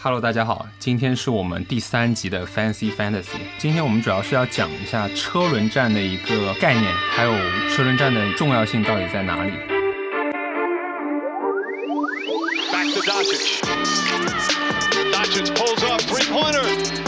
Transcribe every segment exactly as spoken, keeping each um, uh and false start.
Hello， 大家好，今天是我们第三集的 Fancy Fantasy。今天我们主要是要讲一下车轮战的一个概念，还有车轮战的重要性到底在哪里。 Back to Doncic. Doncic pulls up three-pointer.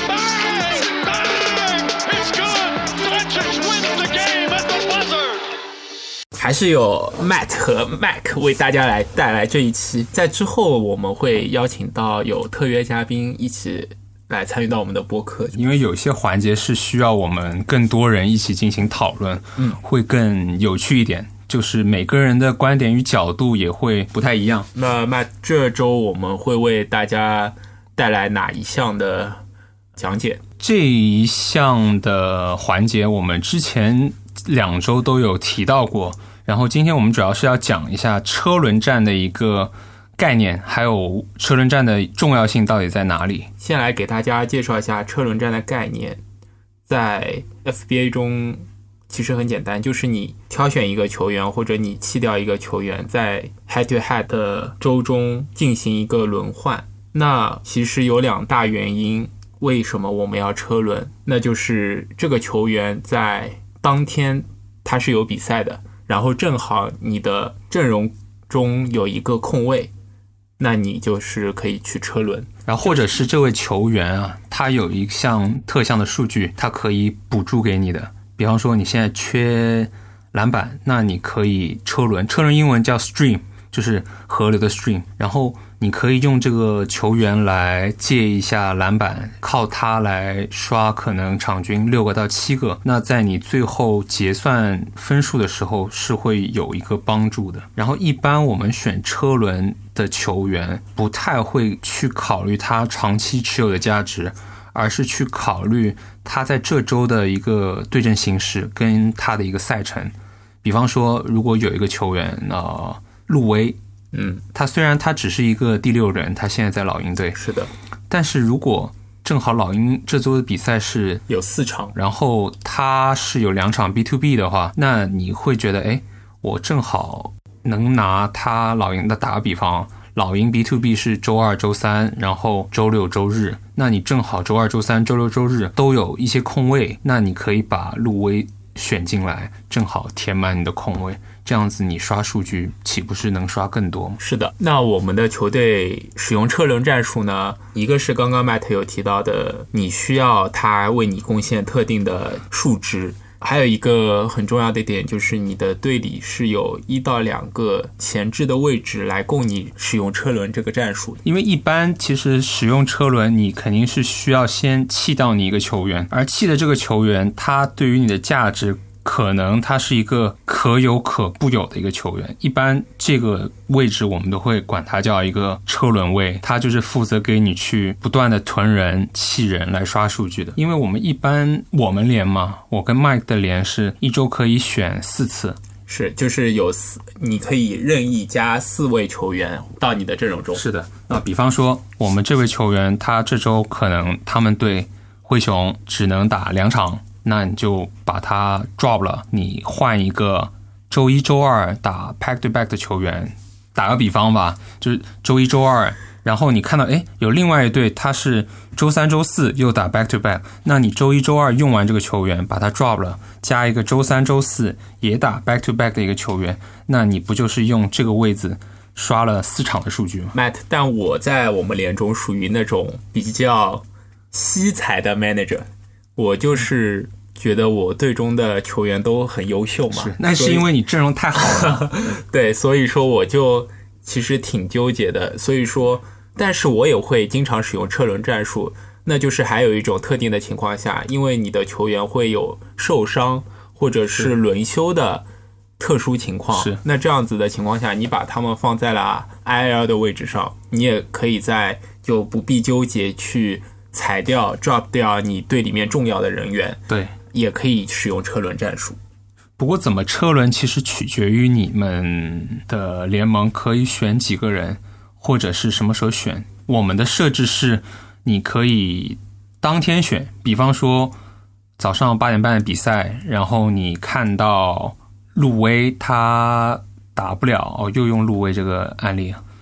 Bang! Bang! It's good. Doncic wins the game at the buzzer. 还是有 Matt 和 Mac 为大家来带来这一期，在之后我们会邀请到有特约嘉宾一起来参与到我们的播客， 因为有些环节是需要我们更多人一起进行讨论，嗯，会更有趣一点，就是每个人的观点与角度也会不太一样。 那 Matt 这周我们会为大家带来哪一项的讲解？ 这一项的环节我们之前两周都有提到过，然后今天我们主要是要讲一下车轮战的一个概念，还有车轮战的重要性到底在哪里。 先来给大家介绍一下车轮战的概念。在 F B A 中其实很简单，就是你挑选一个球员或者你弃掉一个球员，在 head to head 的周中进行一个轮换。那其实有两大原因为什么我们要车轮，那就是这个球员在当天他是有比赛的，然后正好你的阵容中有一个空位，那你就是可以去车轮。 然后或者是这位球员啊，他有一项特项的数据，他可以补助给你的。比方说你现在缺篮板，那你可以车轮，车轮英文叫 stream， 就是河流的 stream， 然后你可以用这个球员来借一下篮板，靠他来刷可能场均六个到七个，那在你最后结算分数的时候是会有一个帮助的。然后一般我们选车轮的球员不太会去考虑他长期持有的价值，而是去考虑他在这周的一个对阵形势跟他的一个赛程。比方说如果有一个球员呃，路威，嗯，他虽然他只是一个第六人，他现在在老鹰队， 是的， 但是如果正好老鹰这周的比赛是有四场， 然后他是有两场 B to B 的话，那你会觉得诶，我正好能拿他老鹰的，打个比方，老鹰 B to B 是周二周三，然后周六周日，那你正好周二周三周六周日都有一些空位，那你可以把路威选进来，正好填满你的空位，这样子你刷数据岂不是能刷更多吗？ 是的。那我们的球队使用车轮战术呢，一个是刚刚 Matt 有提到的，你需要他为你贡献特定的数值，还有一个很重要的点就是你的队里是有一到两个前置的位置来供你使用车轮这个战术。 因为一般其实使用车轮你肯定是需要先弃到你一个球员，而弃的这个球员他对于你的价值可能他是一个可有可不有的一个球员，一般这个位置我们都会管它叫一个车轮位，它就是负责给你去不断的囤人弃人来刷数据的。因为我们一般我们连嘛，我跟 Mike 的连是一周可以选四次， 是就是有四，你可以任意加四位球员到你的阵容中。 是的，那比方说我们这位球员他这周可能他们队灰熊只能打两场，那你就把它 drop 了，你换一个周一周二打 back to back 的球员。打个比方吧，就是周一周二，然后你看到诶有另外一队他是周三周四又打 back to back， 那你周一周二用完这个球员把它 drop 了，加一个周三周四也打 back to back 的一个球员，那你不就是用这个位置刷了四场的数据吗？ Matt， 但我在我们联中属于那种比较惜才的 manager， 我就是觉得我队中的球员都很优秀嘛， 是，那是因为你阵容太好了。 对，所以说我就其实挺纠结的，所以说但是我也会经常使用车轮战术，那就是还有一种特定的情况下，因为你的球员会有受伤或者是轮休的特殊情况， 是， 那这样子的情况下，你把他们放在了 I L 的位置上，你也可以在就不必纠结去裁掉 drop 掉你队里面重要的人员， 对， 也可以使用车轮战术。 不过怎么车轮其实取决于你们的联盟可以选几个人，或者是什么时候选。我们的设置是你可以当天选，比方说早上八点半的比赛，然后你看到路威他打不了，哦，又用路威这个案例，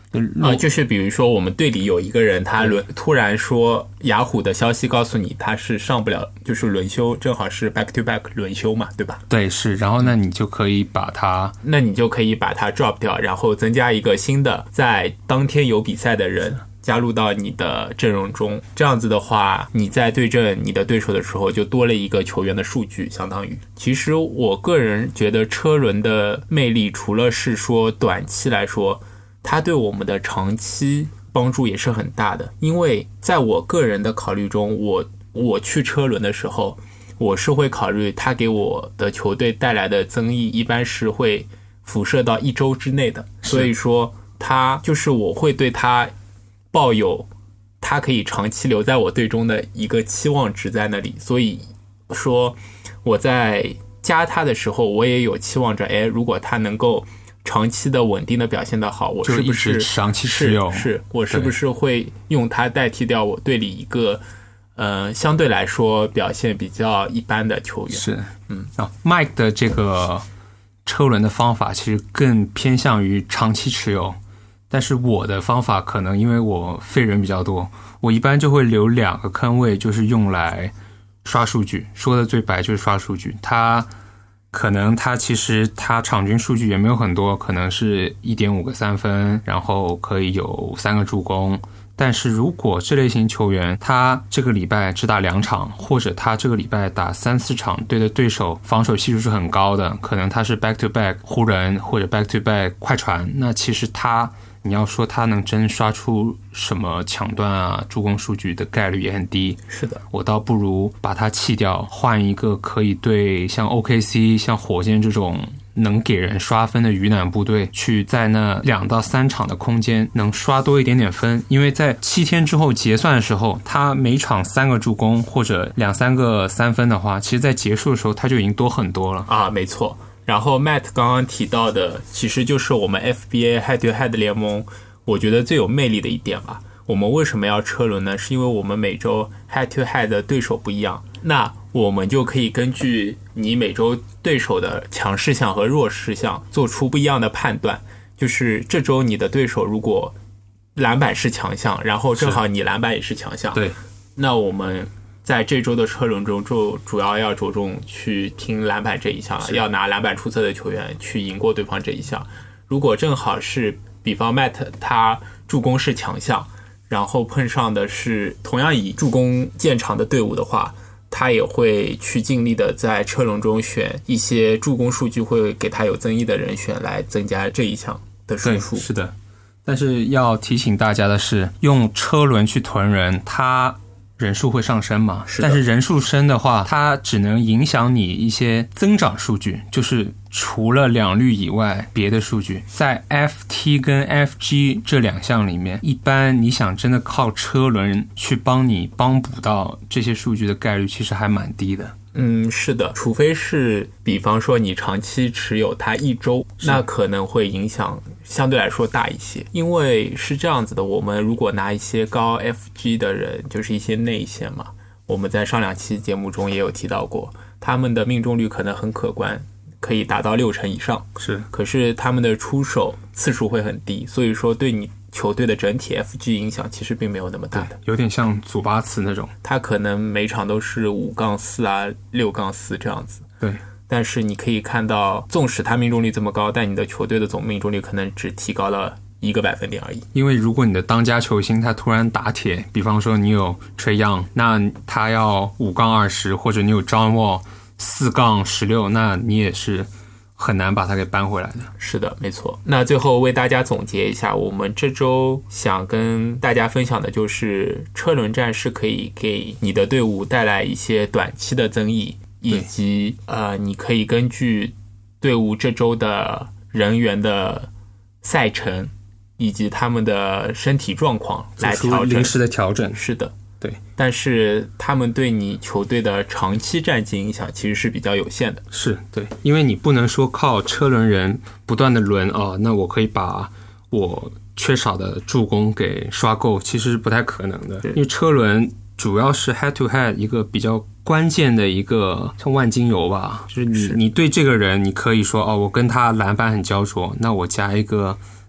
啊，就是比如说我们队里有一个人，他轮突然说雅虎的消息告诉你他是上不了，就是轮休，正好是 back to back 轮休嘛，对吧？ 对，是，然后那你就可以把它， 那你就可以把它 drop 掉，然后增加一个新的在当天有比赛的人加入到你的阵容中。这样子的话，你在对阵你的对手的时候就多了一个球员的数据，相当于。其实我个人觉得车轮的魅力，除了是说短期来说，它对我们的长期帮助也是很大的。因为在我个人的考虑中，我我去车轮的时候，我是会考虑它给我的球队带来的增益，一般是会辐射到一周之内的。所以说它就是我会对它抱有它可以长期留在我队中的一个期望值在那里。所以说我在加它的时候，我也有期望着，哎，如果它能够长期的稳定的表现的好，我是不是就一直长期持有？ 是, 是我是不是会用它代替掉我队里一个呃相对来说表现比较一般的球员？ 是，嗯啊 ，Mike 的这个车轮的方法其实更偏向于长期持有，但是我的方法可能因为我废人比较多，我一般就会留两个坑位，就是用来刷数据。说的最白就是刷数据，它。可能他其实他场均数据也没有很多，可能是 一点五 个三分，然后可以有三个助攻。但是如果这类型球员他这个礼拜只打两场，或者他这个礼拜打三四场，对的对手防守系数是很高的，可能他是 back to back 湖人或者 back to back 快船，那其实他你要说他能真刷出什么抢断啊助攻数据的概率也很低。 是的， 我倒不如把它弃掉，换一个可以对像 O K C 像火箭这种能给人刷分的鱼腩部队，去在那两到三场的空间能刷多一点点分。因为在七天之后结算的时候，他每场三个助攻或者两三个三分的话，其实在结束的时候他就已经多很多了啊，没错。然后 Matt 刚刚提到的其实就是我们 F B A Head to Head 联盟我觉得最有魅力的一点吧。我们为什么要车轮呢？是因为我们每周 Head to Head 的对手不一样，那我们就可以根据你每周对手的强势项和弱势项做出不一样的判断。就是这周你的对手如果篮板是强项，然后正好你篮板也是强项， 对， 那我们在这周的车轮中就主要要着重去听篮板这一项了，要拿篮板出色的球员去赢过对方这一项。如果正好是比方 Matt 他助攻是强项，然后碰上的是同样以助攻见长的队伍的话，他也会去尽力的在车轮中选一些助攻数据会给他有增益的人选来增加这一项的输出。 是的，但是要提醒大家的是，用车轮去囤人，他人数会上升嘛？ 是， 但是人数升的话，它只能影响你一些增长数据，就是除了两率以外别的数据。在 F T 跟 F G 这两项里面，一般你想真的靠车轮去帮你帮补到这些数据的概率其实还蛮低的。 嗯，是的，除非是比方说你长期持有它一周，那可能会影响相对来说大一些。因为是这样子的，我们如果拿一些高 F G 的人，就是一些内线嘛，我们在上两期节目中也有提到过，他们的命中率可能很可观，可以达到六成以上， 是， 可是他们的出手次数会很低，所以说对你球队的整体 F G 影响其实并没有那么大的， 有点像祖巴茨那种， 他可能每场都是五杠四啊六杠四这样子。 对， 但是你可以看到，纵使他命中率这么高，但你的球队的总命中率可能只提高了一个百分点而已。 因为如果你的当家球星他突然打铁，比方说你有 Trae Young， 那他要五杠二十，或者你有 John Wall 四杠十六，那你也是很难把它给搬回来的。 是的，没错。那最后为大家总结一下，我们这周想跟大家分享的就是车轮战是可以给你的队伍带来一些短期的增益，以及呃，你可以根据队伍这周的人员的赛程以及他们的身体状况来调整， 临时的调整。 是的， 对。 但是他们对你球队的长期战绩影响其实是比较有限的。 是，对，因为你不能说靠车轮人不断的轮啊、哦，那我可以把我缺少的助攻给刷够，其实是不太可能的。因为车轮主要是 head to head 一个比较关键的一个像万金油吧，就是你是你对这个人，你可以说哦，我跟他篮板很焦灼，那我加一个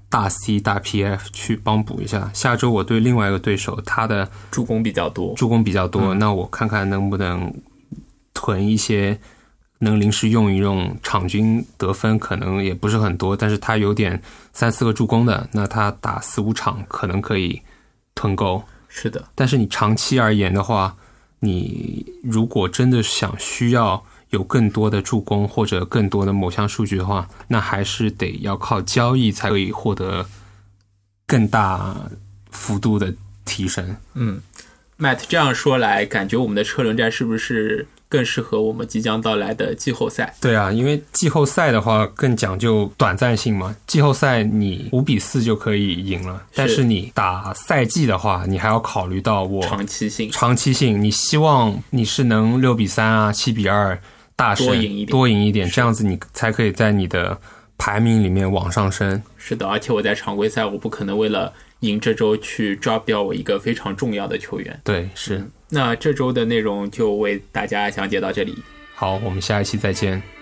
大 C 大 P F 去帮补一下。下周我对另外一个对手，他的助攻比较多， 助攻比较多， 嗯、 那我看看能不能囤一些能临时用一用，场均得分可能也不是很多，但是他有点三四个助攻的，那他打四五场可能可以囤够。 是的， 但是你长期而言的话，你如果真的想需要有更多的助攻或者更多的某项数据的话，那还是得要靠交易才可以获得更大幅度的提升。 嗯 Matt 这样说来，感觉我们的车轮战是不是更适合我们即将到来的季后赛？ 对啊，因为季后赛的话更讲究短暂性嘛，季后赛你五比四就可以赢了，但是你打赛季的话，你还要考虑到我长期性， 长期性，你希望你是能六比三啊、七比二大胜多赢一点， 多赢一点，这样子你才可以在你的排名里面往上升。 是的，而且我在常规赛我不可能为了赢这周去 drop 掉我一个非常重要的球员。 对，是。 那这周的内容就为大家讲解到这里。 好，我们下一期再见。